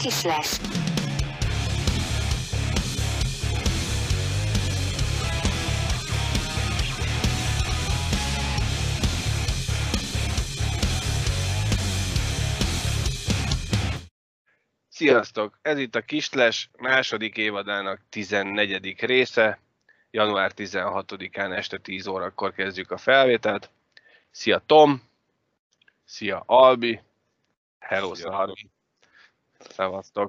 Kisles. Sziasztok! Ez itt a Kisles második évadának 14. része. Január 16-án este 10 órakor kezdjük a felvételt. Szia Tom! Szia Albi! Hello Szarvi! Szevasztok!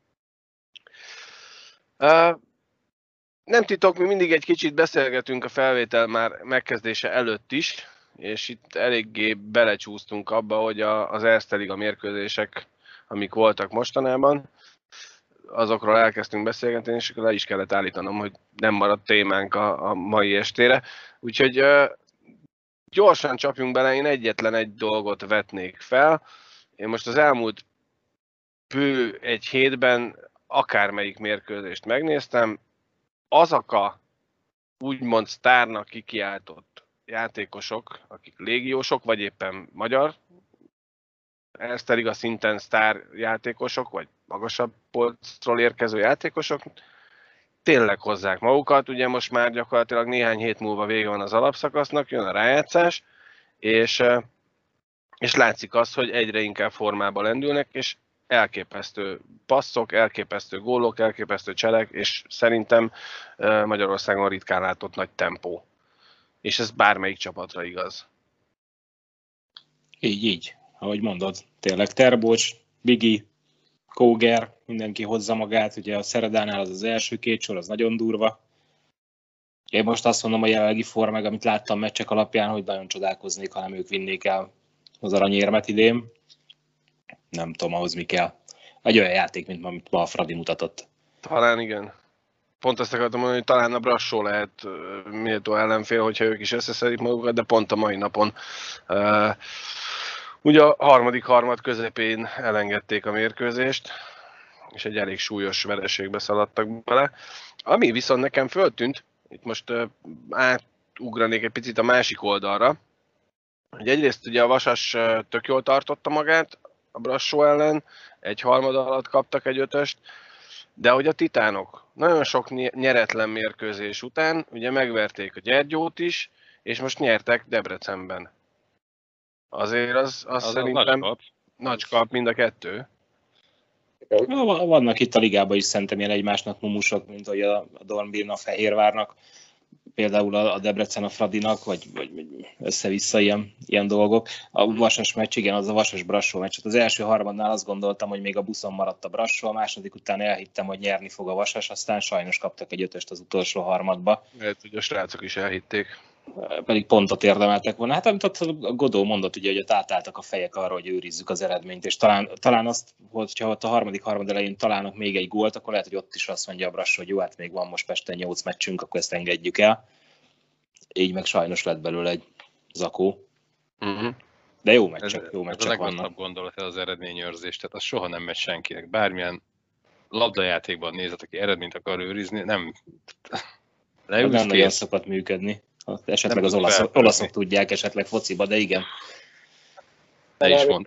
Nem titok, mi mindig egy kicsit beszélgetünk a felvétel már megkezdése előtt is, és itt eléggé belecsúsztunk abba, hogy az Erste Liga mérkőzések, amik voltak mostanában, azokról elkezdtünk beszélgetni, és le is kellett állítanom, hogy nem maradt témánk a mai estére. Úgyhogy gyorsan csapjunk bele, én egyetlen egy dolgot vetnék fel. Én most az elmúlt bő egy hétben akármelyik mérkőzést megnéztem, azok a úgymond sztárnak kikiáltott játékosok, akik légiósok, vagy éppen magyar Erste Liga szinten sztár játékosok, vagy magasabb polcról érkező játékosok, tényleg hozzák magukat. Ugye most már gyakorlatilag néhány hét múlva vége van az alapszakasznak, jön a rájátszás, és látszik az, hogy egyre inkább formába lendülnek, és elképesztő passzok, elképesztő gólok, elképesztő cselek, és szerintem Magyarországon ritkán látott nagy tempó. És ez bármelyik csapatra igaz. Így. Ahogy mondod, tényleg Terbocs, Bigi, Kóger, mindenki hozza magát, ugye a Szeredánál az első két sor, az nagyon durva. Én most azt mondom, a jelenlegi formák, amit láttam meccsek alapján, hogy nagyon csodálkoznék, ha nem ők vinnék el az aranyérmet idén. Nem tudom, ahhoz mi kell. Egy olyan játék, mint amit ma a Fradi mutatott. Talán igen. Pont azt akartam mondani, hogy talán a Brassó lehet méltó ellenfél, hogyha ők is összeszedik magukat, de pont a mai napon ugye a harmadik harmad közepén elengedték a mérkőzést, és egy elég súlyos vereségbe szaladtak bele. Ami viszont nekem föltűnt, itt most átugranék egy picit a másik oldalra, hogy egyrészt ugye a Vasas tök jól tartotta magát a Brassó ellen, egy harmad alatt kaptak egy ötöst, de hogy a Titánok nagyon sok nyeretlen mérkőzés után ugye megverték a Gyergyót is, és most nyertek Debrecenben. Azért az szerintem nagy kap mind a kettő. Vannak itt a ligában is szerintem ilyen egymásnak mumusok, mint hogy a Dornbirn a Fehérvárnak, például a Debrecen a Fradinak, vagy össze-vissza ilyen dolgok. A Vasas meccs, igen, az a Vasas-Brassó meccs. Az első harmadnál azt gondoltam, hogy még a buszon maradt a Brassó, a második után elhittem, hogy nyerni fog a Vasas, aztán sajnos kaptak egy ötöst az utolsó harmadba. Lehet, hogy a srácok is elhitték. Pedig pontot érdemeltek volna. Hát amit a Godó mondott, ugye, hogy átálltak a fejek arra, hogy őrizzük az eredményt, és talán azt, hogyha ott a harmadik harmad elején találnak még egy gólt, akkor lehet, hogy ott is azt mondja a Brassó, hogy jó, hát még van most Pesten 8 meccsünk, akkor ezt engedjük el. Így meg sajnos lett belőle egy zakó. Uh-huh. De jó meccsek vannak. Ez a legrosszabb gondolat az eredményőrzés, tehát az soha nem megy senkinek. Bármilyen labdajátékban nézett, aki eredményt akar őrizni, nem nagyon szokott működni. Esetleg az olaszok tudják, esetleg fociba, de igen. Te is mondd.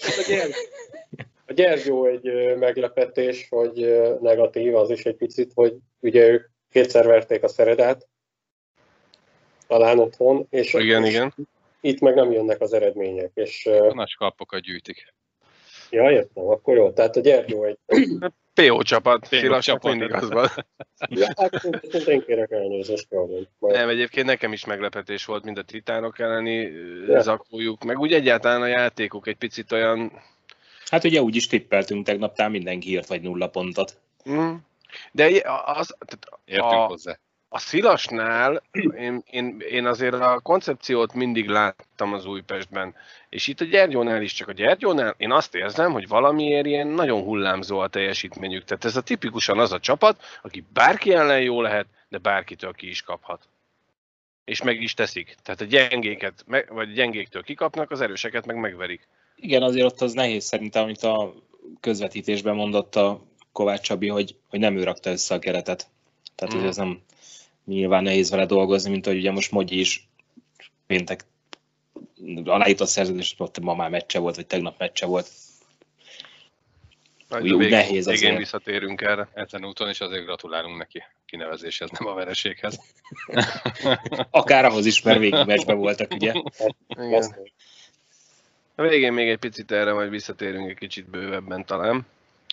A Gyergyó egy meglepetés, hogy negatív, az is egy picit, hogy ugye ők kétszer verték a Szeredát, talán otthon, és igen. Itt meg nem jönnek az eredmények. És, a nagy kalpokat gyűjtik. Ja, értem, akkor jó. Tehát a Gyergyó egy... PO csapat, Szilasnak mindig az van. Ja, hát én kérek elnézést. Nem, egyébként nekem is meglepetés volt, mind a Titánok elleni zakójuk, meg úgy egyáltalán a játékuk egy picit olyan... Hát ugye úgy is tippeltünk tegnap, talán mindenki írt vagy 0 pontot. De értünk hozzá. A Szilasnál én azért a koncepciót mindig láttam az Újpestben, és itt a Gyergyónál is, csak a Gyergyónál én azt érzem, hogy valamiért ilyen nagyon hullámzó a teljesítményük. Tehát ez tipikusan az a csapat, aki bárki ellen jó lehet, de bárkitől ki is kaphat. És meg is teszik. Tehát a gyengéket, vagy gyengéktől kikapnak, az erőseket meg megverik. Igen, azért ott az nehéz szerintem, amit a közvetítésben mondott a Kovács Csabi, hogy nem ő rakta össze a keretet. Tehát hogy ez nem nyilván nehéz vele dolgozni, mint hogy ugye most Mogyi is péntek aláírt a szerződést, ott ma már meccse volt, vagy tegnap meccse volt. Úgy nehéz azért. Igen, azért. visszatérünk erre. Ezen úton is azért gratulálunk neki kinevezéshez, nem a vereséghez. Akár ahhoz is, mert végig meccsben voltak, ugye? Igen. A végén még egy picit erre majd visszatérünk egy kicsit bővebben talán.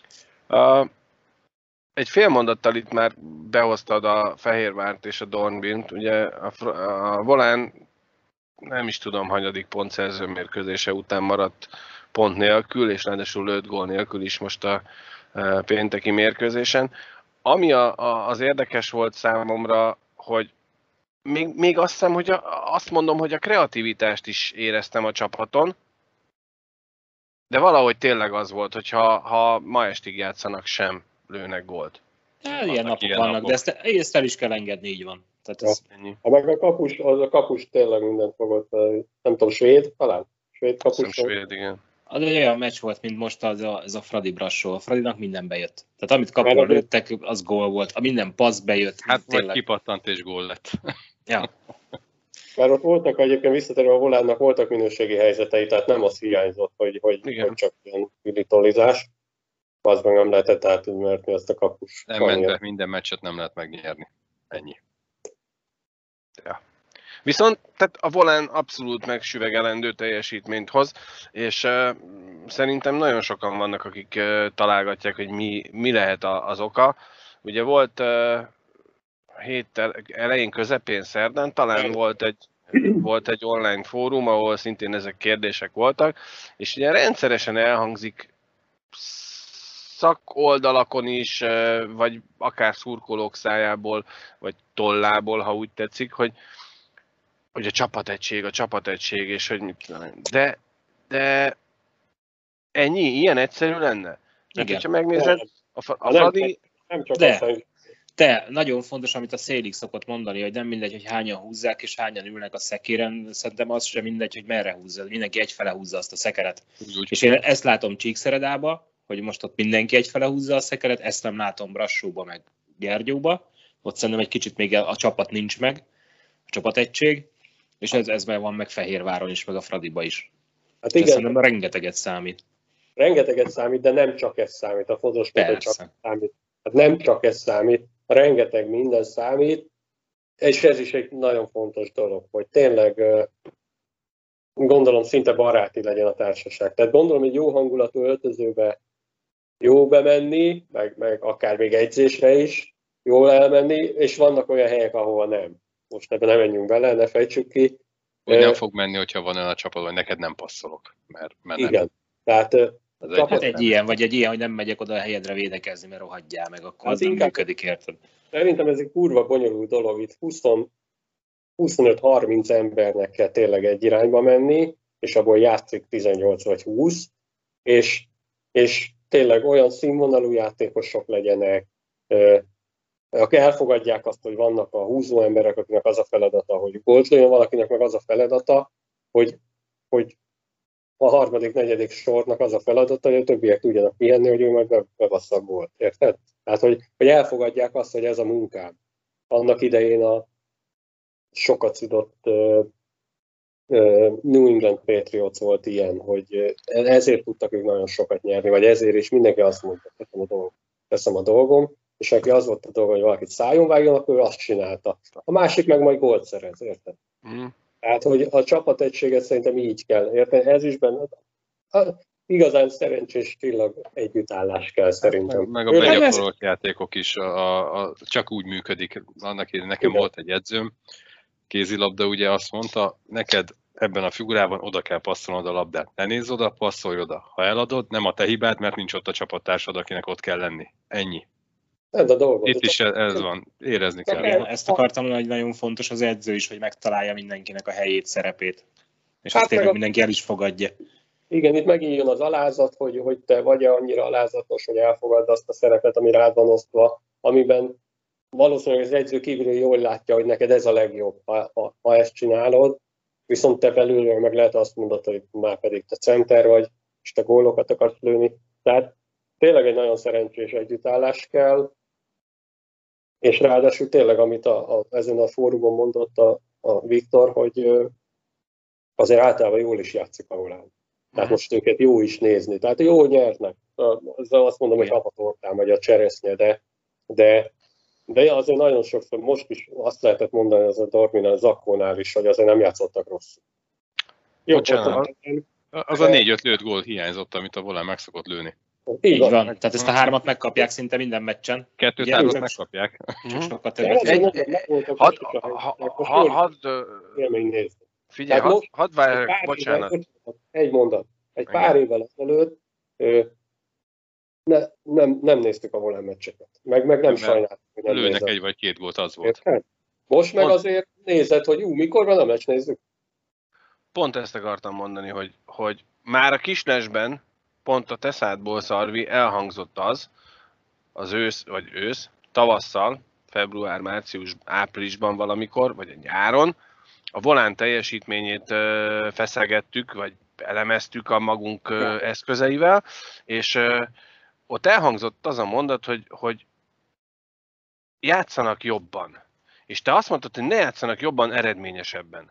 Egy fél mondattal itt már behoztad a Fehérvárt és a Dornbirnt. Ugye a Volán nem is tudom, hanyadik pontszerző mérkőzése után maradt pont nélkül, és ráadásul lőtt gól nélkül is most a pénteki mérkőzésen. Ami az érdekes volt számomra, hogy még azt hiszem, hogy azt mondom, hogy a kreativitást is éreztem a csapaton, de valahogy tényleg az volt, hogy ha ma estig játszanak, sem lőnek gólt. Ilyen napok vannak, de ezt el is kell engedni, így van. Tehát ez ennyi. Ha meg a kapus tényleg mindent fogott, nem tudom, svéd talán? Svéd kapus? Svéd, igen. Az egy olyan meccs volt, mint most ez a Fradi Brassó. A Fradinak minden bejött. Tehát amit kapura lőttek, az gól volt. A minden passz bejött. Hát vagy kipattant és gól lett. Ja. Mert ott voltak egyébként visszatérve a Volánnak voltak minőségi helyzetei, tehát nem az hiányzott, hogy csak ilyen pilitolizás. Az meg nem lehetett átütni azt a kapus. Nem ment be, minden meccset nem lehet megnyerni. Ennyi. Ja. Viszont tehát a Volán abszolút megsüvegelendő teljesítményt hoz, és szerintem nagyon sokan vannak, akik találgatják, hogy mi lehet az oka. Ugye volt héttel elején, közepén, szerdán, talán volt egy online fórum, ahol szintén ezek kérdések voltak, és ugye rendszeresen elhangzik szakoldalakon is, vagy akár szurkolók szájából, vagy tollából, ha úgy tetszik, hogy a csapategység, és hogy mit de ennyi, ilyen egyszerű lenne? Igen. Hát, ha megnézed, a Fradi... Nem csak de nagyon fontos, amit a Szélig szokott mondani, hogy nem mindegy, hogy hányan húzzák, és hányan ülnek a szekéren, szerintem az sem mindegy, hogy merre húzza, mindenki egyfele húzza azt a szekeret. Úgy. És én ezt látom Csíkszeredába, hogy most ott mindenki egyfele húzza a szekeret, ezt nem látom Brassóba meg Gyergyóba, ott szerintem egy kicsit még a csapat nincs meg, a csapategység, és ez már van meg Fehérváron is, meg a Fradiba is. Hát igen. Szerintem rengeteget számít. Rengeteget számít, de nem csak ez számít, a fontos hogy csak számít. Hát nem csak ez számít, rengeteg minden számít, és ez is egy nagyon fontos dolog, hogy tényleg gondolom szinte baráti legyen a társaság. Tehát gondolom, hogy jó hangulatú öltözőbe jó bemenni, meg akár még edzésre is jól elmenni, és vannak olyan helyek, ahova nem. Most ebben nem menjünk bele, ne fejtsük ki. Úgy nem fog menni, hogyha van olyan a csapat, hogy neked nem passzolok. Mert igen. Nem. Tehát egy ilyen, hogy nem megyek oda a helyedre védekezni, mert rohadjál meg, akkor az nem működik, érted? Szerintem ez egy kurva bonyolult dolog, itt 25-30 embernek kell tényleg egy irányba menni, és abból játszik 18 vagy 20, és tényleg olyan színvonalú játékosok legyenek, akik elfogadják azt, hogy vannak a húzó emberek, akinek az a feladata, hogy gólt lőjön, valakinek meg az a feladata, hogy a harmadik, negyedik sornak az a feladata, hogy a többiek tudjanak pihenni, hogy ő meg bebassza a gólt. Érted? Tehát, hogy elfogadják azt, hogy ez a munkám. Annak idején a sokat szidott New England Patriots volt ilyen, hogy ezért tudtak ők nagyon sokat nyerni, vagy ezért is mindenki azt mondta, teszem a dolgom, és aki az volt a dolga, hogy valakit szájon vágjon, akkor ő azt csinálta. A másik meg majd gólt szerez, érted? Tehát, hogy a csapategységet szerintem így kell, érted? Ez is benne. Igazán szerencsés csillag együttállás kell szerintem. Meg a begyakorolt játékok is csak úgy működik. Annak én nekem volt egy edzőm, kézilabda, ugye azt mondta, neked ebben a figurában oda kell passzolnod a labdát. Ne nézz oda, passzolj oda. Ha eladod, nem a te hibád, mert nincs ott a csapattársad, akinek ott kell lenni. Ennyi. Ez a dolog. Itt is ez van, érezni kell. Ezt akartam mondani, hogy nagyon fontos az edző is, hogy megtalálja mindenkinek a helyét, szerepét. És azt tényleg mindenki el is fogadja. Igen, itt megint jön az alázat, hogy te vagy annyira alázatos, hogy elfogadd azt a szerepet, ami rád van osztva, amiben valószínűleg az edző kívülről jól látja, hogy neked ez a legjobb, ha ezt csinálod, viszont te belülről meg lehet azt mondod, hogy már pedig te center vagy, és te gólokat akarsz lőni. Tehát tényleg egy nagyon szerencsés együttállás kell, és ráadásul tényleg, amit ezen a fórumon mondott a Viktor, hogy azért általában jól is játszik a Volán. Tehát most őket jó is nézni. Tehát jó nyernek. azzal azt mondom, hogy havatortán vagy a cseresznye, de azért nagyon sokszor most is azt lehetett mondani az a Darwin-nál, a Zakkónál is, hogy azért nem játszottak rosszul. Bocsánat. Az a 4-5 lőtt gól hiányzott, amit a Volán meg szokott lőni. Így van. Tehát ezt a 3-at megkapják szinte minden meccsen. 2-3-at megkapják. Csak sokkal többet. Figyelj, hadd várjak, bocsánat. Egy mondat. Egy pár évvel ezelőtt nem néztük a Volán meccseket. Meg nem sajnáltuk, hogy nem lőnek nézett. 1 vagy 2 gólt, az volt. Érted? Most meg azért nézed, hogy mikor van a meccs, nézzük. Pont ezt akartam mondani, hogy már a kislesben, pont a te szádból, Szarvi, elhangzott az ősz, tavasszal, február, március, áprilisban valamikor, vagy a nyáron, a Volán teljesítményét feszegettük, vagy elemeztük a magunk eszközeivel, és ott elhangzott az a mondat, hogy játszanak jobban. És te azt mondtad, hogy ne játszanak jobban, eredményesebben.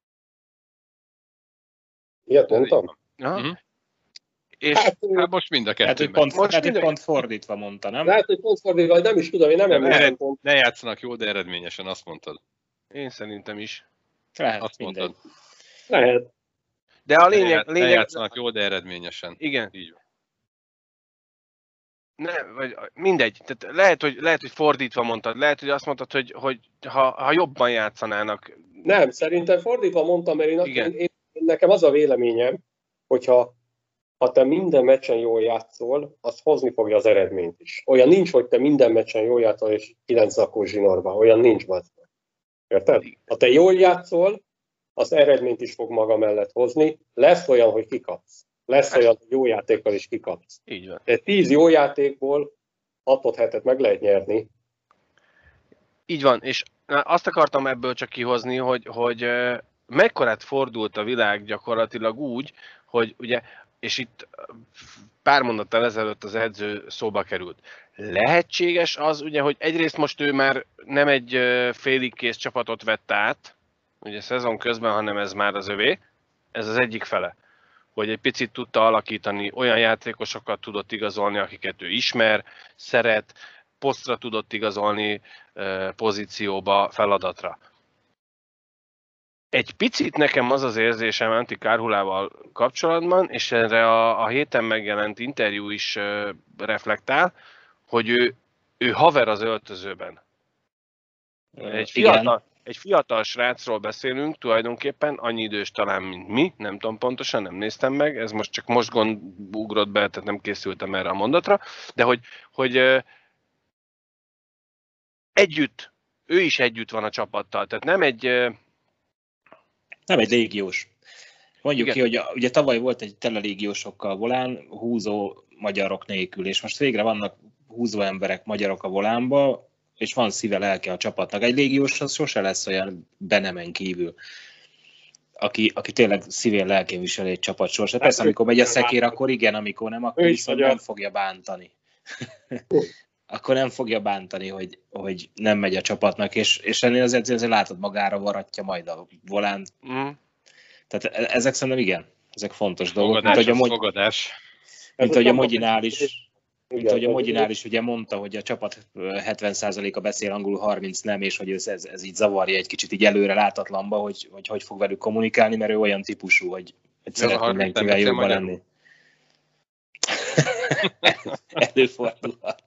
Ilyet mondtam? Uh-huh. És hát most mind a kettő. Pont fordítva mondta, nem? Lehet, hogy pont fordítva, nem is tudom, én nem emlékszem pont. Ne játszanak jól, de eredményesen, azt mondtad. Én szerintem is. Lehet, azt mindegy. Lehet. De a lényeg... Ne játszanak jól, de eredményesen. Igen. Így van. Vagy mindegy. Tehát lehet, hogy fordítva mondtad. Lehet, hogy azt mondtad, hogy ha jobban játszanának. Nem, szerintem fordítva mondtam, mert én nekem az a véleményem, hogyha te minden meccsen jól játszol, az hozni fogja az eredményt is. Olyan nincs, hogy te minden meccsen jól játszol, és 9 zakó zsinórban. Olyan nincs, bazd. Érted? Ha te jól játszol, az eredményt is fog maga mellett hozni. Lesz olyan, hogy kikapsz. Lesz olyan, hogy jó játékkal is kikapsz. Így van. De 10 jó játékból 6-7 meg lehet nyerni. Így van, és azt akartam ebből csak kihozni, hogy mekkorát fordult a világ gyakorlatilag úgy, hogy ugye, és itt pár mondattal ezelőtt az edző szóba került. Lehetséges az, ugye, hogy egyrészt most ő már nem egy félig kész csapatot vett át, ugye szezon közben, hanem ez már az övé. Ez az egyik fele. Hogy egy picit tudta alakítani, olyan játékosokat tudott igazolni, akiket ő ismer, szeret, posztra tudott igazolni, pozícióba, feladatra. Egy picit nekem az az érzésem Antti Kárhulával kapcsolatban, és erre a héten megjelent interjú is reflektál, hogy ő haver az öltözőben. Egy fiatal srácról beszélünk, tulajdonképpen annyi idős talán, mint mi, nem tudom pontosan, nem néztem meg, ez most csak most ugrott be, tehát nem készültem erre a mondatra, de hogy ő is együtt van a csapattal, tehát nem egy légiós. Mondjuk igen. Ki, hogy ugye tavaly volt egy tele légiósokkal Volán, húzó magyarok nélkül, és most végre vannak húzó emberek, magyarok a Volánba, és van szíve, lelke a csapatnak. Egy légiós az sose lesz olyan Benemen kívül, aki tényleg szívén, lelkén viseli egy csapat sorsát. Persze, amikor megy a szekér, akkor igen, amikor nem, akkor viszont nem fogja bántani. Akkor nem fogja bántani, hogy nem megy a csapatnak, és ennél az edző azért látod, magára varatja majd a Volánt. Tehát ezek szerintem igen, ezek fontos dolgok. Fogadás. Mint ahogy a Mogyinál is. Mint ahogy a Mogyinál is ugye mondta, hogy a csapat 70%-a beszél angolul, 30 nem, és hogy ez így zavarja egy kicsit így előre látatlanba, hogy fog velük kommunikálni, mert ő olyan típusú, hogy szeret mindenkivel jobban lenni. Előfordulhat.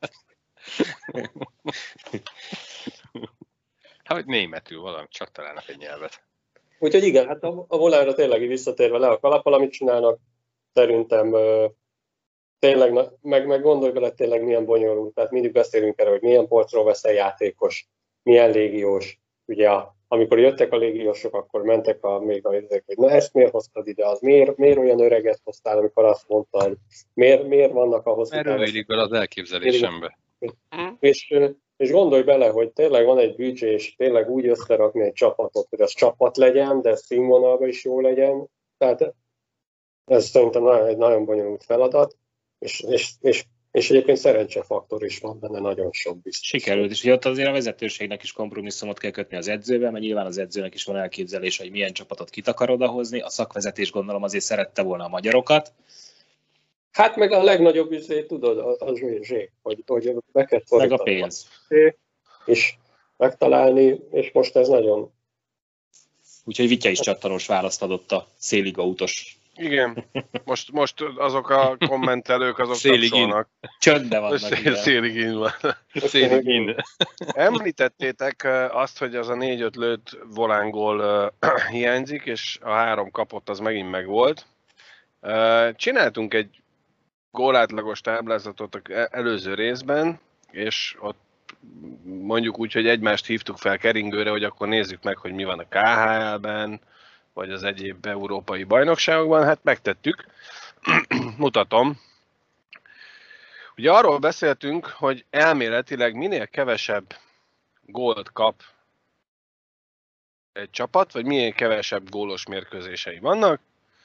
Hát németül valami, csak találnak egy nyelvet. Úgyhogy igen, hát a Volánra tényleg visszatérve le a kalappal, amit csinálnak, szerintem tényleg, meg gondolj bele tényleg milyen bonyolult, tehát mindig beszélünk erre, hogy milyen polcról veszel játékos, milyen légiós. Ugye amikor jöttek a légiósok, akkor mentek hogy na ezt miért hoztad ide, az miért olyan öreget hoztál, amikor azt mondtad, miért vannak ahhoz... Erről élik bele az elképzelésembe. És gondolj bele, hogy tényleg van egy büdzsé, és tényleg úgy összerakni egy csapatot, hogy az csapat legyen, de színvonalban is jó legyen. Tehát ez szerintem egy nagyon bonyolult feladat, és egyébként szerencsefaktor is van benne, nagyon sok biztos. Sikerült, és ott azért a vezetőségnek is kompromisszumot kell kötni az edzővel, mert nyilván az edzőnek is van elképzelés, hogy milyen csapatot kit akar odahozni. A szakvezetés gondolom azért szerette volna a magyarokat, Hát meg a legnagyobb üzé, tudod, a zsé, hogy be kell Meg a szorítani pénz. és megtalálni, és most ez nagyon... Úgyhogy Vitya is csattanos választ adott a széliga utos. Igen, most azok a kommentelők, azok Szélig tapsolnak. Csöndbe vannak, igen. Szélig in van. Szélig in. Említettétek azt, hogy az a 4-5 lőtt volángól hiányzik, és a 3 kapott az megint megvolt. Csináltunk egy gólátlagos táblázatot az előző részben, és ott mondjuk úgy, hogy egymást hívtuk fel keringőre, hogy akkor nézzük meg, hogy mi van a KHL-ben, vagy az egyéb európai bajnokságokban. Hát megtettük. Mutatom. Ugye arról beszéltünk, hogy elméletileg minél kevesebb gólt kap egy csapat, vagy minél kevesebb gólos mérkőzései vannak,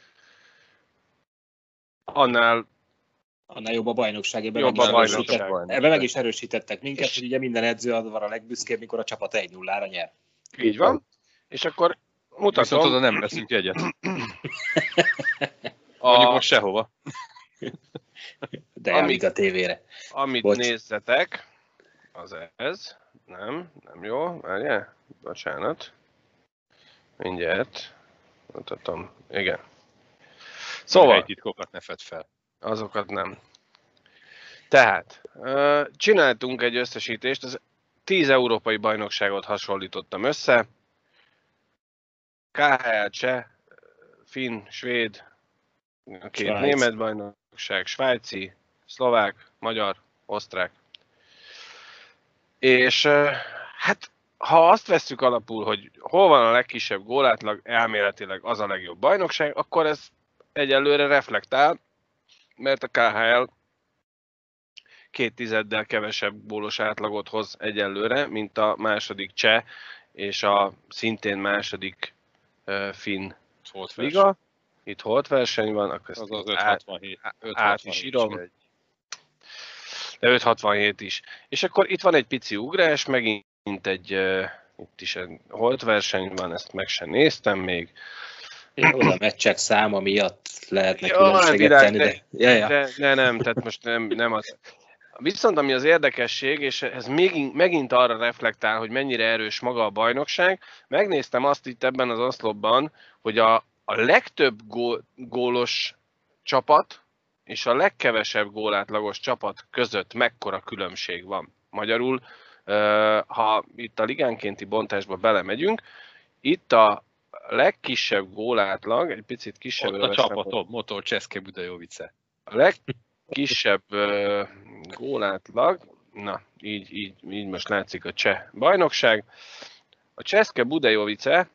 annál jobb a bajnokság. Jobb a bajnokság. Ebben meg is erősítettek minket, hogy ugye minden edző az van a legbüszkébb, mikor a csapat 1-0-ra nyer. Így van. És akkor mutatom. Viszont oda nem veszünk jegyet. Mondjuk most sehova. De elmíg a tévére. Amit nézzetek, az ez. Nem jó. Várjál? Bocsánat. Mindjárt. Mutatom. Igen. Szóval. Titkokat ne fedd fel. Azokat nem. Tehát, csináltunk egy összesítést, az 10 európai bajnokságot hasonlítottam össze. KHL, cseh, finn, svéd, két Svájc. német bajnokság, svájci, szlovák, magyar, osztrák. És hát, ha azt vesszük alapul, hogy hol van a legkisebb gólátlag, elméletileg az a legjobb bajnokság, akkor ez egyelőre reflektál, mert a KHL 2/10 kevesebb gólos átlagot hoz egyelőre, mint a második cseh és a szintén második finn liga. Itt holtverseny van, akkor ezt az 567. át is írom. De 567 is. És akkor itt van egy pici ugrás, megint egy, itt is egy holtverseny van, ezt meg sem néztem még. Oda meccsek száma miatt lehetne különbséget tenni, de nem, tehát most nem az. Viszont ami az érdekesség, és ez megint arra reflektál, hogy mennyire erős maga a bajnokság, megnéztem azt itt ebben az oszlopban, hogy a legtöbb gólos csapat és a legkevesebb gólátlagos csapat között mekkora különbség van. Magyarul, ha itt a ligánkénti bontásba belemegyünk, itt a legkisebb gólátlag, egy picit kisebb. Ott a csapatom, Motor Cseszke Budajovice. A legkisebb gólátlag, na, így most látszik a cseh bajnokság. A Cseszke Budajovice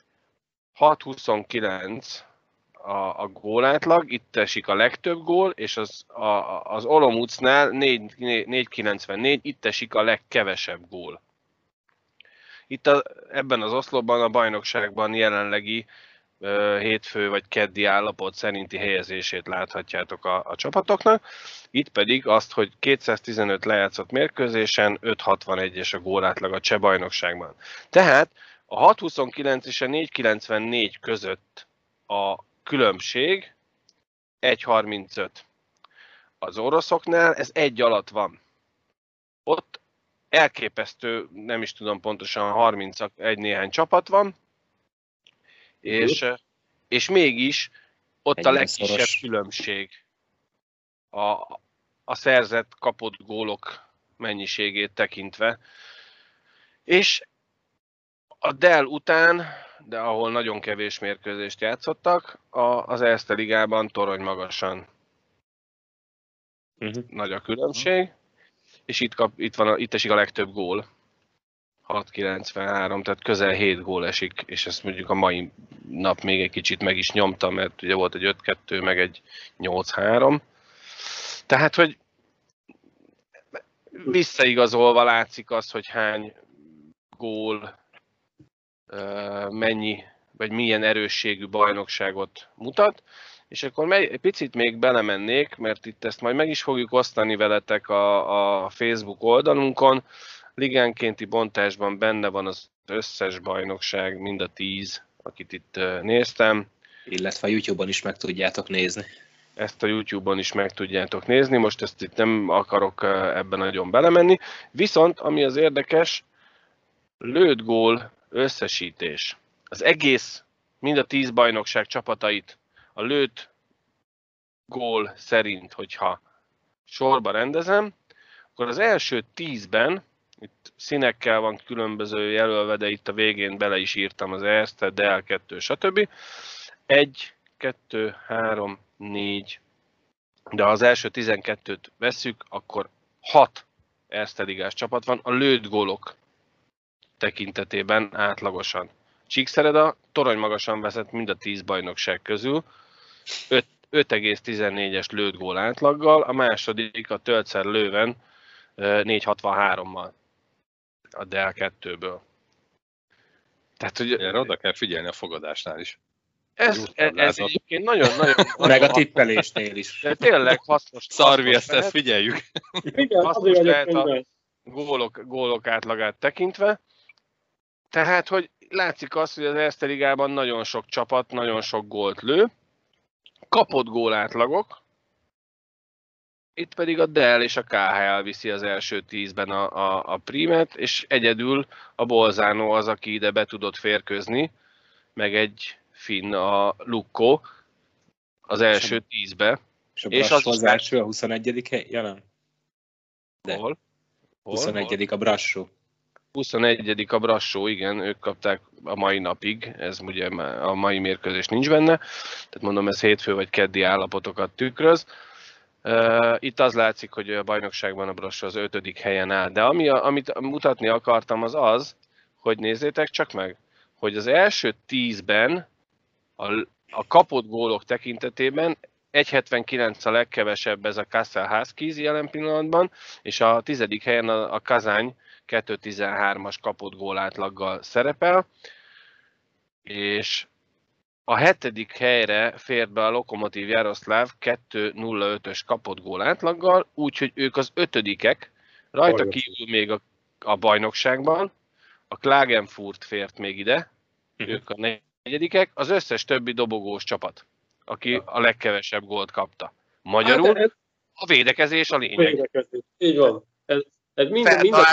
6,29 a gólátlag, itt esik a legtöbb gól, és az Olomoucnál 4,94, itt esik a legkevesebb gól. Itt ebben az oszlopban a bajnokságban jelenlegi hétfő vagy keddi állapot szerinti helyezését láthatjátok a csapatoknak. Itt pedig azt, hogy 215 lejátszott mérkőzésen 5,61-es a gólátlag a cseh bajnokságban. Tehát a 6,29 és a 4,94 között a különbség 1,35. Az oroszoknál ez 1 alatt van. Ott elképesztő, nem is tudom pontosan, 31 néhány csapat van, és mégis ott a legkisebb különbség a szerzett, kapott gólok mennyiségét tekintve. És a Dell után, de ahol nagyon kevés mérkőzést játszottak, az Erste Ligában torony magasan nagy a különbség, és itt esik a legtöbb gól. 6,93, tehát közel 7 gól esik, és ezt mondjuk a mai nap még egy kicsit meg is nyomta, mert ugye volt egy 5-2, meg egy 8-3. Tehát, hogy visszaigazolva látszik az, hogy hány gól, mennyi, vagy milyen erősségű bajnokságot mutat, és akkor egy picit még belemennék, mert itt ezt majd meg is fogjuk osztani veletek a Facebook oldalunkon. Ligánkénti bontásban benne van az összes bajnokság, mind a 10, akit itt néztem. Illetve a YouTube-on is meg tudjátok nézni. ezt a YouTube-on is meg tudjátok nézni, most ezt itt nem akarok ebben nagyon belemenni. Viszont, ami az érdekes, lőtt gól összesítés. Az egész, mind a 10 bajnokság csapatait a lőtt gól szerint, hogyha sorba rendezem, akkor az első 10-ben, itt színekkel van különböző jelölve, de itt a végén bele is írtam az Erste, Dell 2, stb. 1, 2, 3, 4, de ha az első 12-t vesszük, akkor 6 Erste ligás csapat van a lőtt gólok tekintetében átlagosan. Csíkszereda toronymagasan vezet mind a 10 bajnokság közül, 5,14-es lőtt gól átlaggal, a második a Töltszer Löwen 4,63-mal a Dell 2-ből. Tehát, hogy erre oda kell figyelni a fogadásnál is. Ez egyébként nagyon-nagyon... Meg a tippelésnél is. De tényleg hasznos. Szarvi, ezt figyeljük. Igen, Hasznos lehet a gólok átlagát tekintve. Tehát, hogy látszik az, hogy az Erste Ligában nagyon sok csapat, nagyon sok gólt lő. Kapott gólátlagok. Itt pedig a Dell és a KHL viszi az első 10-ben a prímet, és egyedül a Bolzano az, aki ide be tudott férkőzni, meg egy finn, a Lukko az első 10-be. És az az első a 21. helyen? Hol? 21. a Brassó. 21. a Brassó, igen, ők kapták a mai napig, ez ugye a mai mérkőzés nincs benne, tehát mondom, ez hétfő vagy keddi állapotokat tükröz. Itt az látszik, hogy a bajnokságban a Brassó az 5. helyen áll, de amit mutatni akartam az, hogy nézzétek csak meg, hogy az első 10-ben a kapott gólok tekintetében 1,79 a legkevesebb ez a Kassel Huskies jelen pillanatban, és a 10. helyen a Kazány 2,13-as kapott gólátlaggal szerepel, és a 7. helyre fér be a Lokomotív Jaroszláv 2,05-ös kapott gólátlaggal, úgyhogy ők az 5-ek, rajta kívül még a bajnokságban, a Klagenfurt fért még ide, ők a 4-ek, az összes többi dobogós csapat, aki a legkevesebb gólt kapta. Magyarul a védekezés a lényeg. Így van. Ez mind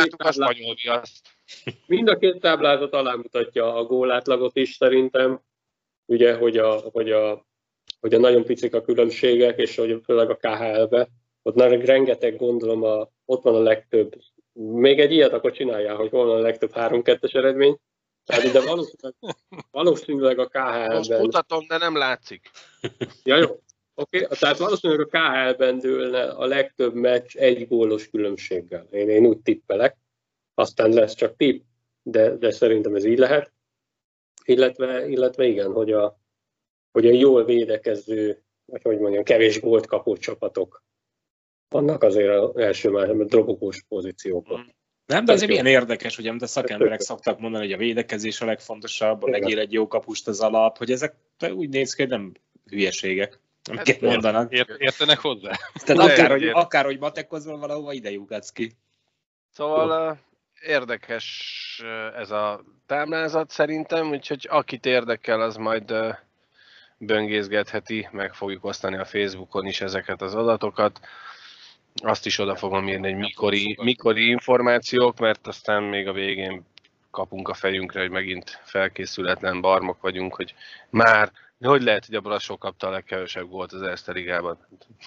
a két táblázat alámutatja a gólátlagot is szerintem, ugye, hogy a nagyon picik a különbségek, és hogy főleg a KHL-be, ott rengeteg, gondolom, ott van a legtöbb. Még egy ilyet akkor csináljál, hogy hol van a legtöbb 3-2-es eredmény. Tehát, de valószínűleg a KHL-ben... Most mutatom, de nem látszik. Ja, jó. Oké, tehát valószínűleg a KHL-ben dőlne a legtöbb meccs egy gólos különbséggel. Én úgy tippelek. Aztán lesz csak tipp, de szerintem ez így lehet. Illetve igen, hogy a jól védekező, vagy hogy mondjam, kevés gólt kapó csapatok vannak azért az első már drobogós pozícióban. Nem, de azért milyen érdekes, ugye, amit a szakemberek szoktak mondani, hogy a védekezés a legfontosabb, a legyél egy jó kapust az alap, hogy ezek úgy néz ki, hogy nem hülyeségek, amiket mondanak. Értenek hozzá? Tehát akárhogy matekozva valahova ide lyukadsz ki. Szóval érdekes ez a táblázat szerintem, úgyhogy akit érdekel, az majd böngészgetheti, meg fogjuk osztani a Facebookon is ezeket az adatokat. Azt is oda fogom írni, hogy mikori információk, mert aztán még a végén kapunk a fejünkre, hogy megint felkészületlen barmok vagyunk, hogy már, hogy lehet, hogy a Brassó kapta a legkevesebb gólt az Erste Ligában.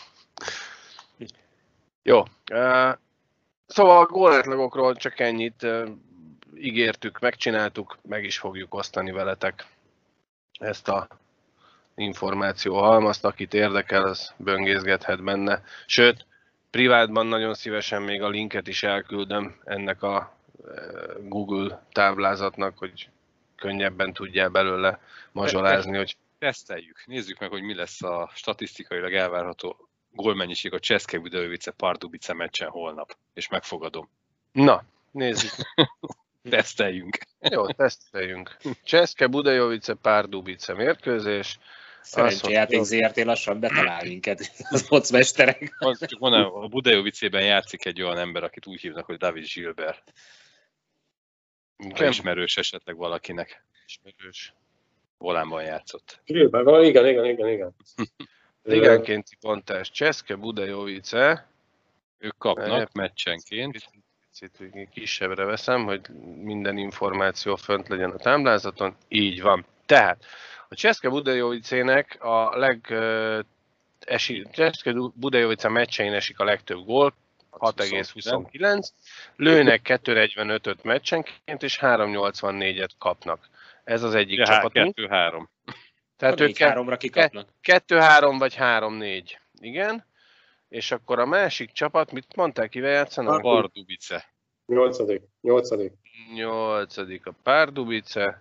Jó. Szóval a gólátlagokról csak ennyit ígértük, megcsináltuk, meg is fogjuk osztani veletek ezt a információ halmazt, akit érdekel, az böngészgethet benne. Sőt, privátban nagyon szívesen még a linket is elküldöm ennek a Google táblázatnak, hogy könnyebben tudjál belőle mazsolázni, hogy... Teszteljük, nézzük meg, hogy mi lesz a statisztikailag elvárható gólmennyiség a České Budějovice-Pardubice meccsen holnap, és megfogadom. Na, nézzük. Teszteljünk. Jó, teszteljünk. České Budějovice-Pardubice mérkőzés. Szerencsejáték ZRT lassan betalál minket, az focmesterek. Csak mondom, a Budějovicében játszik egy olyan ember, akit úgy hívnak, hogy David Gilbert. Ismerős esetleg valakinek. Ismerős. Volánban játszott. Gilbert, igen. Ligánkénti pontás Cseszke Budejovice. Ők kapnak meccsenként. Picit kisebbre veszem, hogy minden információ fönt legyen a táblázaton. Így van. Tehát a Cseszke Budejovicének Cseszke Budejovice meccsein esik a legtöbb gól, 6,29. Lőnek 2,45-öt meccsenként, és 3,84-et kapnak. Ez az egyik csapatunk. 2-3. Tehát ők 4-3-ra kikapnak. 2-3 vagy 3-4. Igen. És akkor a másik csapat, mit mondták, kivel játszanak? Pardubice. 8. 8. a Pardubice.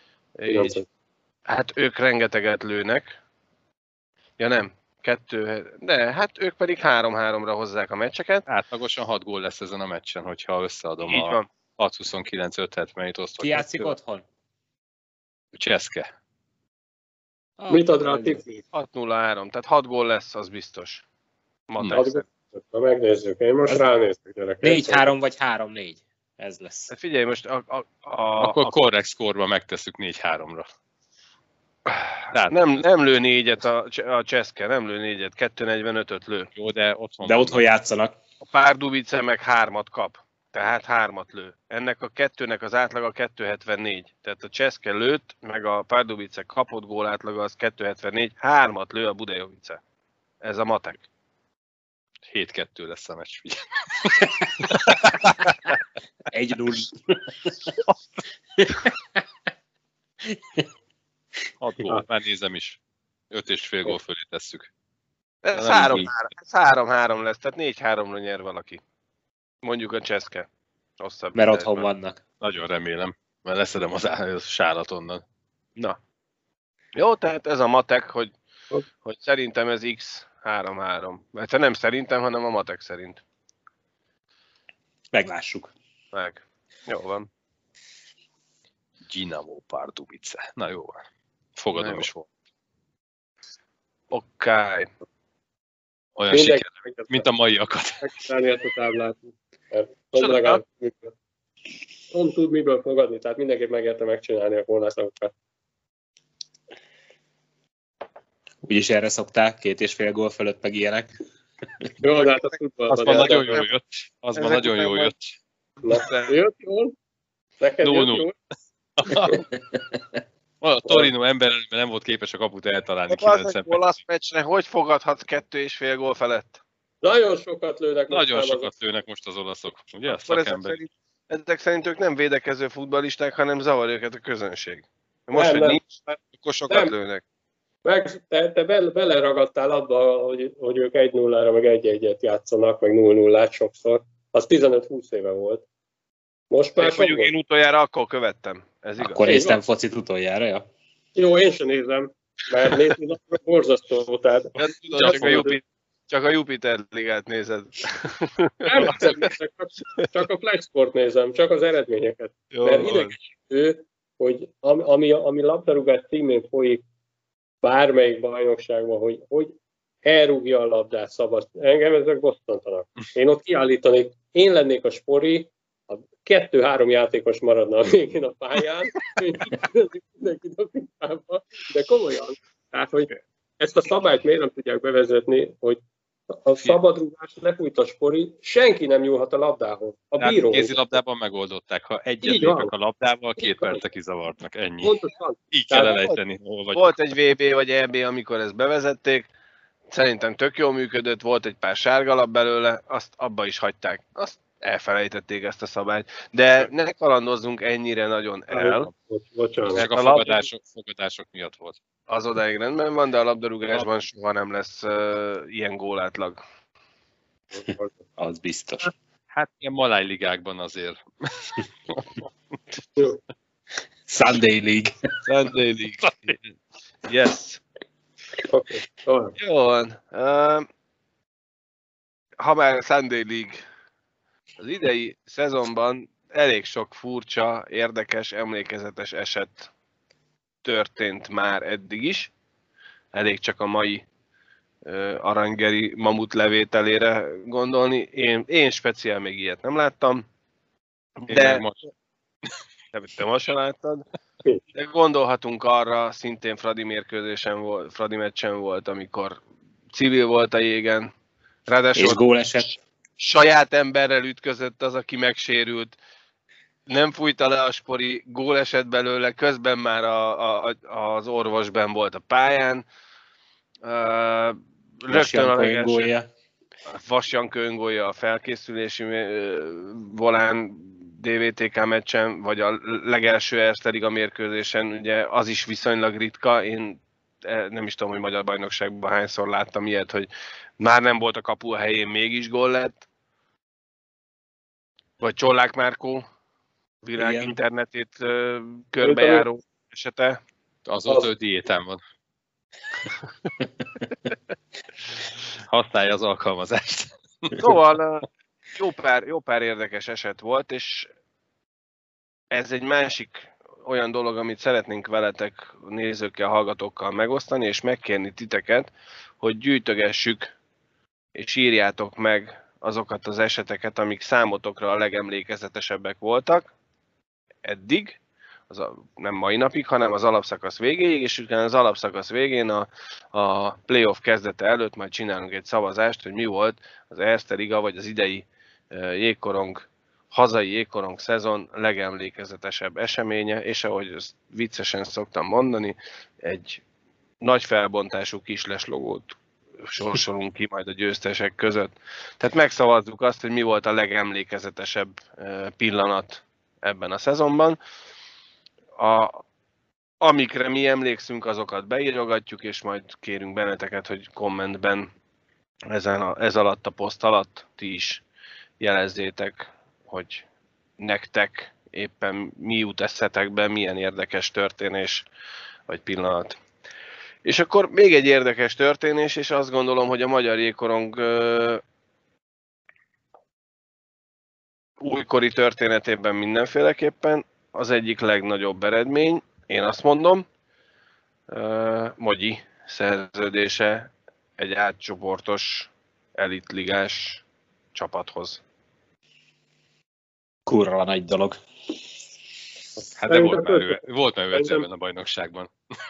Hát ők rengeteget lőnek. Ja nem, de hát ők pedig 3-3-ra hozzák a meccseket. Átlagosan 6 gól lesz ezen a meccsen, hogyha összeadom Így van. a 6-29-5-70-it osztva. Ki játszik otthon? Cseszke. Mit ad rá a tipli? 6-0-3, tehát 6 gól lesz, az biztos. Megnézzük, én most ránéztek, gyerekek. 4-3 vagy 3-4. Ez lesz. Hát figyelj, most Akkor korrekt szkorba megtesszük 4-3-ra. Nem lő 4-et a Cseszke, nem lő 4-et, 2,45-öt lő. Jó, de otthon. De otthon játszanak. A Pardubice meg 3-at kap, tehát 3-at lő. Ennek a kettőnek az átlaga 2,74. Tehát a Cseszke lőtt, meg a Pardubice kapott gól átlaga az 2,74. 3-at lő a Budejovice. Ez a matek. 7-2 lesz a meccs, figyelj. 1-0. 6 gól, már nézem is. 5,5 gól fölé tesszük. Ez 3-3 lesz, tehát 4-3-ra nyer valaki. Mondjuk a Cseszke. Rosszabb. Mert otthon vannak. Nagyon remélem, mert leszedem az sárat onnan. Na. Jó, tehát ez a matek, hogy szerintem ez X 3-3. Mert nem szerintem, hanem a matek szerint. Meglássuk. Meg. Jó van. Dinamo Pardubice. Na jó van. Fogadom is volt. Oké. Olyan siker, mint a maiakat. Megcsinálni ezt a táblát. Tom tud miből fogadni, tehát mindenképp megérte megcsinálni a korlátlagokat. Úgyis erre szokták, 2,5 gól fölött meg ilyenek. Jó, de hát a futballban. Az már nagyon jól jött. Az már nagyon jól jött. Jött jól? Neked jött jól? A Torino emberelőben nem volt képes a kaput eltalálni. Az olasz meccsre hogy fogadhatsz 2,5 gól felett? Nagyon sokat lőnek. Nagyon sokat lőnek most az olaszok. Ugye? Ezek szerint ők nem védekező futballisták, hanem zavar őket a közönség. Most, hogy nincs, akkor sokat lőnek. Te beleragadtál abba, hogy ők 1-0-ra, meg 1-1-et játszanak, meg 0-0-át sokszor. Az 15-20 éve volt. Most már mondjuk én utoljára akkor követtem. Ez igaz. Akkor néztem focit utoljára, ja? Jó, én sem nézem, mert nézni borzasztó, tehát... Csak a Jupiter ligát nézed. Nem, csak a Flexport nézem, csak az eredményeket. Jó, mert idegesítő, hogy ami labdarúgás címén folyik bármelyik bajnokságban, hogy elrúgja a labdát szabad. Engem ezek bosszantanak. Én ott kiállítanék, én lennék a Spori, a 2-3 játékos maradna a végén a pályán, mindenki dobítában, de komolyan. Tehát, hogy ezt a szabályt miért nem tudják bevezetni, hogy a szabadrúgást lefújt a Spori, senki nem nyúlhat a labdához. A bíró. Kézilabdában megoldották. Ha egyet lépnek a labdával, 2 percre kizavartnak. Ennyi. Pontosan. Így kell elejteni. Volt egy VB vagy EB, amikor ezt bevezették. Szerintem tök jól működött, volt egy pár sárgalap belőle, azt abba is hagyták. Azt elfelejtették ezt a szabályt. De ne kalandozzunk ennyire nagyon el. Meg a fogadások miatt volt. Az odáig rendben van, de a labdarúgásban soha nem lesz ilyen gólátlag. Az biztos. Hát ilyen maláj ligákban azért. Sunday League. Sunday League. Yes. Jó van. Ha már Sunday League, az idei szezonban elég sok furcsa, érdekes, emlékezetes eset történt már eddig is. Elég csak a mai Arangeri mamut levételére gondolni. Én speciál még ilyet nem láttam. De te most sem láttad. De gondolhatunk arra, szintén Fradi mérkőzésen volt, Fradi meccsen volt, amikor civil volt a jégen. Ráadásul és góleset. saját emberrel ütközött az, aki megsérült. Nem fújta le a spori, gól esett belőle, közben már az orvos benn volt a pályán. Rögtön a legelső Vasjankó öngólja a felkészülési volán DVTK meccsen, vagy a legelső Erste Liga mérkőzésen, ugye az is viszonylag ritka. Én nem is tudom, hogy magyar bajnokságban hányszor láttam ilyet, hogy már nem volt a kapu a helyén, mégis gól lett. Vagy Csollák Márkó világ internetét körbejáró esete. Azóta ő diétán van. Használja az alkalmazást. Szóval jó pár érdekes eset volt, és ez egy másik olyan dolog, amit szeretnénk veletek, nézőkkel, hallgatókkal megosztani, és megkérni titeket, hogy gyűjtögessük, és írjátok meg azokat az eseteket, amik számotokra a legemlékezetesebbek voltak eddig, nem mai napig, hanem az alapszakasz végéig, és utána az alapszakasz végén a playoff kezdete előtt majd csinálunk egy szavazást, hogy mi volt az Erste Liga, vagy az idei hazai jégkorong szezon legemlékezetesebb eseménye, és ahogy ezt viccesen szoktam mondani, egy nagy felbontású kisleslogót sorsolunk ki majd a győztesek között. Tehát megszavazzuk azt, hogy mi volt a legemlékezetesebb pillanat ebben a szezonban. Amikre mi emlékszünk, azokat beírogatjuk, és majd kérünk benneteket, hogy kommentben ez alatt a poszt alatt ti is jelezzétek, hogy nektek éppen mi jut eszetekbe, milyen érdekes történés vagy pillanat. És akkor még egy érdekes történés, és azt gondolom, hogy a magyar jégkorong újkori történetében mindenféleképpen az egyik legnagyobb eredmény, én azt mondom, Mogyi szerződése egy átcsoportos elitligás csapathoz. Kurva nagy dolog. Hát de volt már ő ebben a bajnokságban.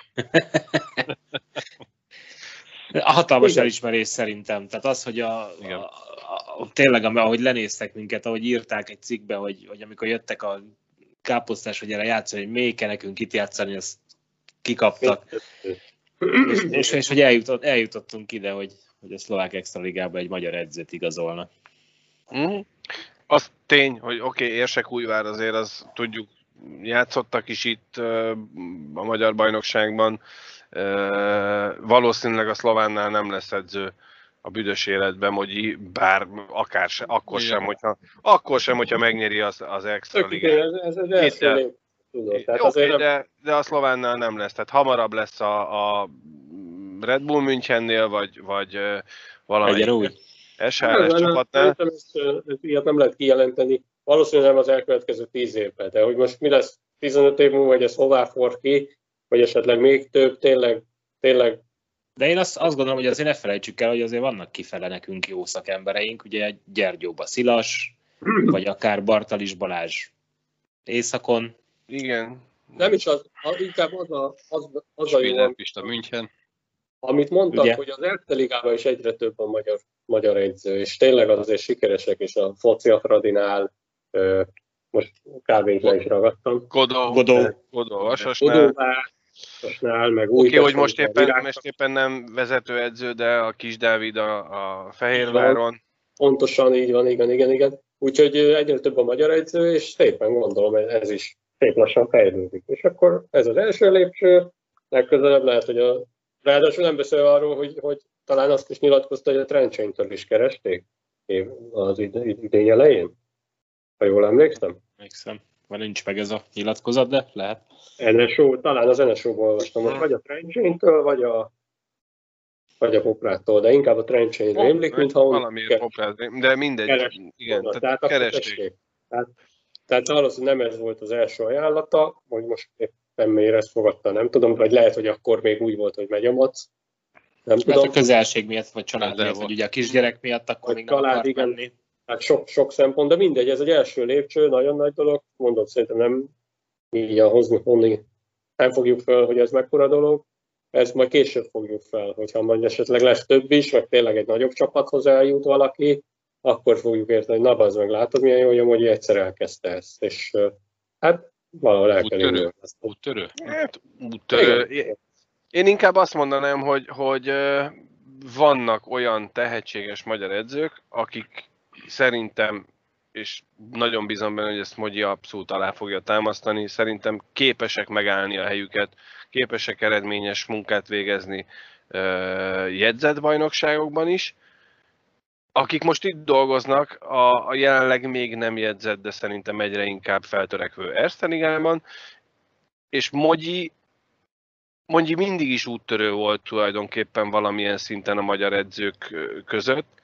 Hatalmas elismerés szerintem. Tehát az, hogy tényleg, ahogy lenéztek minket, ahogy írták egy cikkbe, hogy amikor jöttek a káposztás, hogy erre játszani, hogy még kell nekünk itt játszani, ezt kikaptak. és hogy eljutottunk ide, hogy a szlovák extraligában egy magyar edzőt igazolnak. Az tény, hogy oké, Érsekújvár azért, az tudjuk, játszottak is itt a magyar bajnokságban. Valószínűleg a szlovánnál nem lesz edző a büdös életben, Mogyi, bár akkor sem, hogyha megnyeri az extra ligát. Ez az első lép, tudod. De a szlovánnál nem lesz. Tehát hamarabb lesz a Red Bull Münchennél, vagy valamelyik SHL csapatnál. Ilyet nem lehet kijelenteni. Valószínűleg nem az elkövetkező 10 évben, de hogy most mi lesz 15 év múlva, vagy ez hová for ki, vagy esetleg még több, tényleg. De én azt gondolom, hogy azért ne felejtsük el, hogy azért vannak kifele nekünk jó szakembereink, ugye Gyergyóba Szilas, vagy akár Bartalis Balázs északon. Igen. Nem is az, inkább az a jó, Pista München. Amit mondtak, ugye? Hogy az Erste Ligában is egyre több a magyar edző, és tényleg azért sikeresek, és a foci a Fradinál, most kávénkre is ragadtam. Godó Vasasnál, meg Oké, hogy most éppen nem vezetőedző, de a Kis Dávid a Fehérváron. Pontosan így van, igen. Úgyhogy egyre több a magyar edző, és szépen gondolom, ez is szép lassan fejlődik. És akkor ez az első lépcső, legközelebb lehet, hogy ráadásul nem beszél arról, hogy talán azt is nyilatkozta, hogy a Trencsénytől is keresték az idény elején, ha jól emlékszem. Már nincs meg ez a nyilatkozat, de lehet. Talán az NSO-ból olvastam, hogy vagy a Trencsénytől, vagy a Poprától, de inkább a Trencsényre emlék, mintha valamiért Poprát, de mindegy. Igen, tehát keresték. Tehát valószínűleg nem ez volt az első ajánlata, hogy most éppen miért ezt fogadta, nem tudom, vagy lehet, hogy akkor még úgy volt, hogy megy a mac. Nem tudom. A közelség miatt, vagy család miatt, vagy ugye a kisgyerek miatt, akkor még nem akart menni. Hát sok szempont, de mindegy, ez egy első lépcső, nagyon nagy dolog. Mondom, szerintem nem így hozni, nem fogjuk fel, hogy ez mekkora dolog. ezt majd később fogjuk fel, hogyha majd esetleg lesz több is, vagy tényleg egy nagyobb csapathoz eljut valaki, akkor fogjuk érteni, hogy na bazd meg, látod milyen jó, hogy egyszer elkezdte ezt, és hát valahol el kell indulni. Úttörő? Hát, úttörő. Én inkább azt mondanám, hogy vannak olyan tehetséges magyar edzők, akik szerintem, és nagyon bízom benne, hogy ezt Mogyi abszolút alá fogja támasztani, szerintem képesek megállni a helyüket, képesek eredményes munkát végezni jegyzett bajnokságokban is, akik most itt dolgoznak, a jelenleg még nem jegyzett, de szerintem egyre inkább feltörekvő Erste Ligában, és Mogyi mindig is úttörő volt tulajdonképpen valamilyen szinten a magyar edzők között.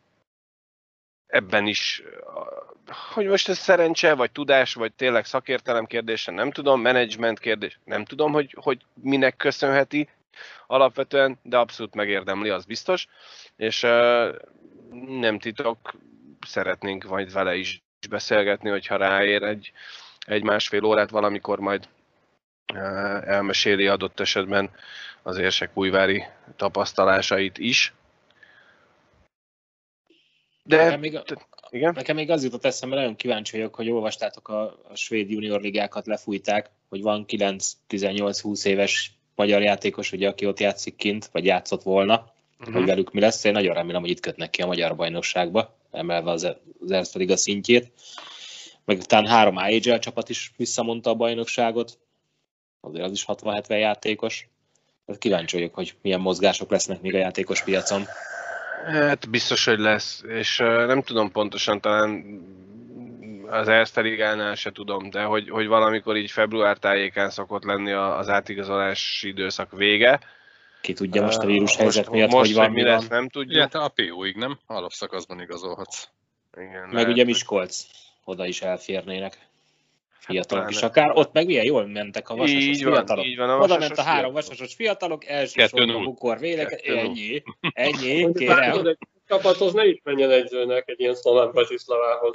Ebben is, hogy most ez szerencse, vagy tudás, vagy tényleg szakértelem kérdése, nem tudom, menedzsment kérdés, nem tudom, hogy minek köszönheti alapvetően, de abszolút megérdemli, az biztos. És nem titok, szeretnénk majd vele is beszélgetni, hogyha ráér egy másfél órát valamikor majd elmeséli adott esetben az Érsekújvári tapasztalásait is. De nekem még az jutott eszembe, nagyon kíváncsi vagyok, hogy olvastátok a svéd junior ligákat, lefújták, hogy van 9-18-20 éves magyar játékos, ugye, aki ott játszik kint, vagy játszott volna, hogy velük mi lesz. Én nagyon remélem, hogy itt kötnek ki a magyar bajnokságba, emelve az Erste Liga szintjét. Meg utána 3 AHL csapat is visszamondta a bajnokságot, azért az is 60-70 játékos. Kíváncsi vagyok, hogy milyen mozgások lesznek még a játékos piacon. Hát biztos, hogy lesz, és nem tudom pontosan, talán az Erste Ligánál se tudom, de hogy valamikor így február tájékán szokott lenni az átigazolási időszak vége. Ki tudja most a vírus helyzet miatt, most, hogy van, mi lesz, nem tudjuk. Hát a PO-ig, nem? Alapszakaszban igazolhatsz. Igen, meg ugye Miskolc, oda is elférnének. Fiatalok is akár. Ott meg milyen jól mentek a vasasos fiatalok. Így van, oda ment a 3 vasasos fiatalok, elsősorban a Bukor Vélek. Ennyi, kérem. Egy csapathoz ne is menjen edzőnek, egy ilyen Szlován Bratislavához.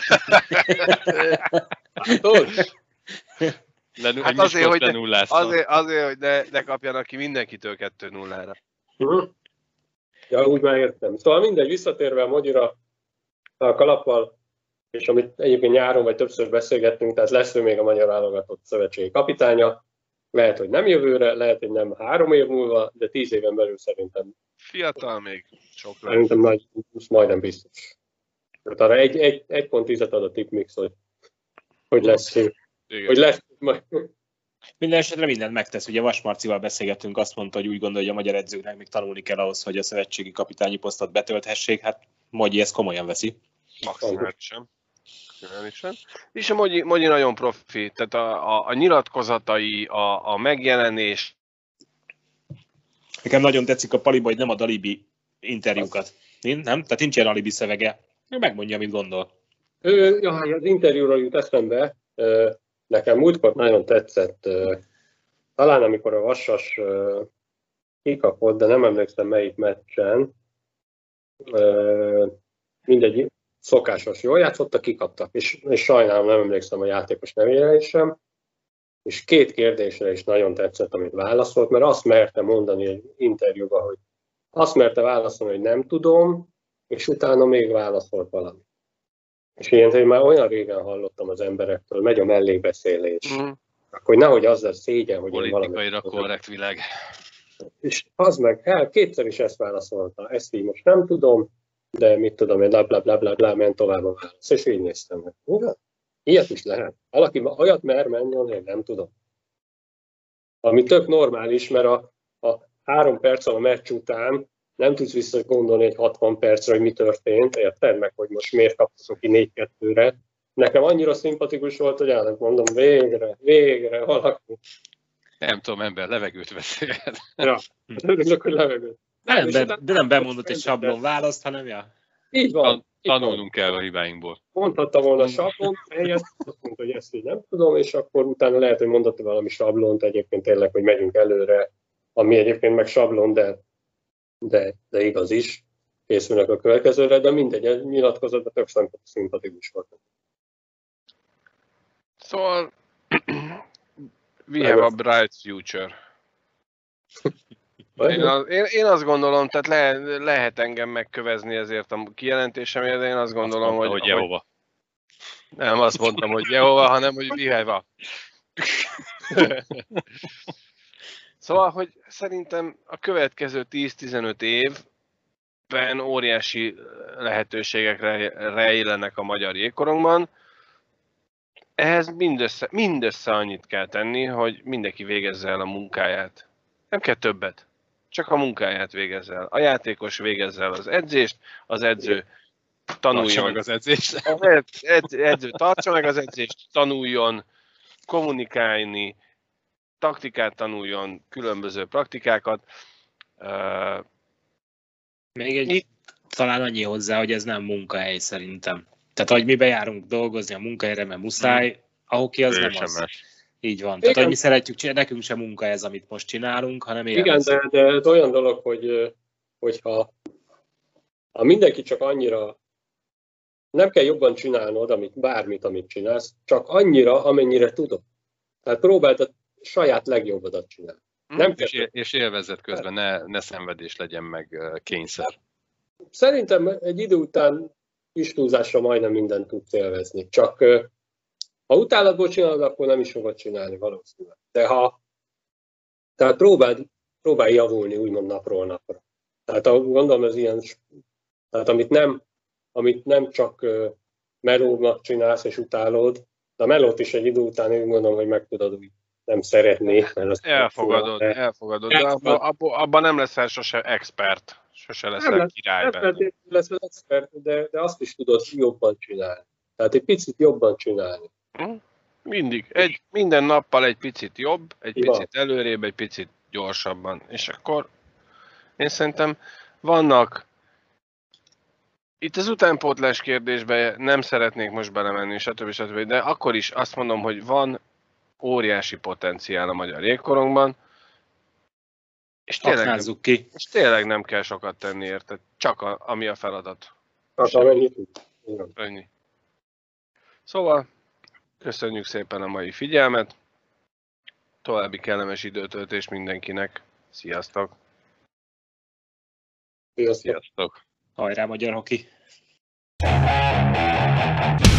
Hát azért, hogy ne kapjanak ki mindenkitől 2-0-ra. Ja, úgy már értem. Szóval mindegy, visszatérve a Mogyira, a kalappal, és amit egyébként nyáron vagy többször beszélgettünk, tehát lesz ő még a magyar válogatott szövetségi kapitánya. Lehet, hogy nem jövőre, lehet, hogy nem 3 év múlva, de 10 éven belül szerintem. Fiatal még, sok lesz. Szerintem nagy, majdnem biztos. Tehát arra 1.10-et ad a tipmix, hogy lesz ő. Hogy lesz majd. Minden esetre mindent megtesz. Ugye Vas Marcival beszélgettünk, azt mondta, hogy úgy gondolja, hogy a magyar edzőknek még tanulni kell ahhoz, hogy a szövetségi kapitányi posztot betölthessék. Hát Mogyi ezt komolyan veszi. Maximálisan. És a Mogyi nagyon profi, tehát a nyilatkozatai, a megjelenés. Nekem nagyon tetszik a Paliba, hogy nem ad alibi interjúkat. Nem? Tehát nincs ilyen alibi szövege. Megmondja, amit gondol. Az interjúról jut eszembe. Nekem múltkor nagyon tetszett, talán amikor a Vasas kikapott, de nem emlékszem melyik meccsen, mindegy, szokásos, jól játszottak, kikaptak, és sajnálom, nem emlékszem a játékos nevére is sem, és 2 kérdésre is nagyon tetszett, amit válaszolt, mert azt merte mondani egy interjúban, hogy azt merte válaszolni, hogy nem tudom, és utána még válaszolt valami. És én már olyan régen hallottam az emberektől, megy a mellébeszélés. Akkor nehogy azzal szégyen, hogy én valami... Politikaira korrekt világ. És az meg, 2-szer is ezt válaszolta. Ezt így most nem tudom, de mit tudom, én blablabla, ment tovább a válasz. És így néztem meg. Ja, ilyet is lehet. Valaki olyat mer menjen, én nem tudom. Ami tök normális, mert a 3 perc a meccs után nem tudsz visszagondolni egy 60 percre, hogy mi történt, érted meg, hogy most miért kaptunk ki 4-2-re. Nekem annyira szimpatikus volt, hogy állnak, mondom, végre valaki. Nem tudom, ember, levegőt beszél. Ja, örülök, hogy levegőt. De nem bemondott egy sablon választ, hanem ja. Így van. Tanulnunk kell a hibáinkból. Mondhatta volna sablont, helyett azt mondta, hogy ezt így nem tudom, és akkor utána lehet, hogy mondott valami sablont, egyébként tényleg, hogy megyünk előre, ami egyébként meg sablon, de igaz is, készülnek a következőre, de mindegy, a nyilatkozatban tök szimpatikus volt. Szóval, we have a bright future. Én azt gondolom, tehát lehet engem megkövezni ezért a kijelentésemért, de én azt gondolom, hogy Jehova. Nem azt mondtam, hogy Jehova, hanem hogy Vihajva. Szóval, hogy szerintem a következő 10-15 évben óriási lehetőségek rejlenek a magyar jégkorongban. Ehhez mindössze annyit kell tenni, hogy mindenki végezze el a munkáját. Nem kell többet, csak a munkáját végezze el. A játékos végezze el az edzést, az edző tanuljon meg az edzést. Az edző tartsa meg az edzést, tanuljon kommunikálni, taktikát tanuljon, különböző praktikákat. Még talán annyi hozzá, hogy ez nem munkahely szerintem. Tehát, hogy mi bejárunk dolgozni a munkahelyre, mert muszáj, a hoki az nem az. Más. Így van. Tehát, hogy mi szeretjük csinálni, nekünk sem munka ez, amit most csinálunk, hanem élvezzük. Igen, de ez olyan dolog, hogyha mindenki csak annyira nem kell jobban csinálnod, bármit, amit csinálsz, csak annyira, amennyire tudod. Tehát próbáld a saját legjobbadat csinálni. Nem és élvezet közben, ne szenvedés legyen meg kényszer. Szerintem egy idő után kis túlzásra majdnem mindent tudsz élvezni. Csak ha utálatból csinálod, akkor nem is fogod csinálni valószínűleg. Tehát próbálj javulni úgymond napról napra. Tehát gondolom ez ilyen, tehát amit nem csak melónak csinálsz és utálod, de a melót is egy idő után úgy gondolom, hogy meg tudod úgy nem szeretni. Elfogadod, de abban nem leszel sose expert, sose leszel király. Nem leszel expert, de azt is tudod jobban csinálni. Tehát egy picit jobban csinálni. Mindig. Minden nappal egy picit jobb, egy picit előrébb, egy picit gyorsabban. És akkor én szerintem vannak. Itt az utánpótlás kérdésbe nem szeretnék most belemenni, stb. De akkor is azt mondom, hogy van óriási potenciál a magyar jégkorongban, és tényleg nem kell sokat tenni érte, csak ami a feladat. Ennyi. Szóval köszönjük szépen a mai figyelmet, további kellemes időtöltés mindenkinek, sziasztok! Sziasztok! Hajrá, magyar hoki!